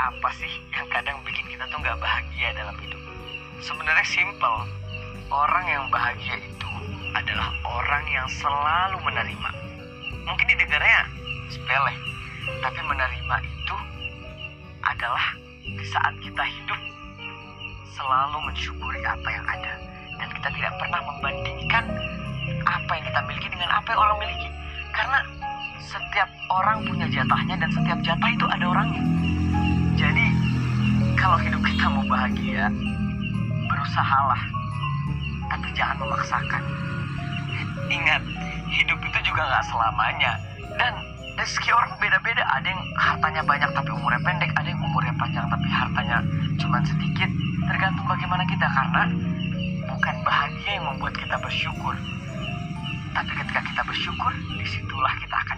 apa sih yang kadang bikin kita tuh nggak bahagia dalam hidup? Sebenarnya simple. Orang yang bahagia itu adalah orang yang selalu menerima. Mungkin didengarnya sepele, tapi menerima itu adalah di saat kita hidup selalu mensyukuri apa yang ada, dan kita tidak pernah membandingkan apa yang kita miliki dengan apa yang orang miliki. Karena setiap orang punya jatahnya dan setiap jatah itu ada orangnya. Jadi kalau hidup kita mau bahagia, berusahalah, tapi jangan memaksakan. Ingat, hidup itu juga gak selamanya. Dan rezeki orang beda-beda. Ada yang hartanya banyak tapi umurnya pendek, ada yang umurnya panjang tapi hartanya cuma sedikit. Tergantung bagaimana kita, karena bukan bahagia yang membuat kita bersyukur, tapi ketika kita bersyukur, disitulah kita akan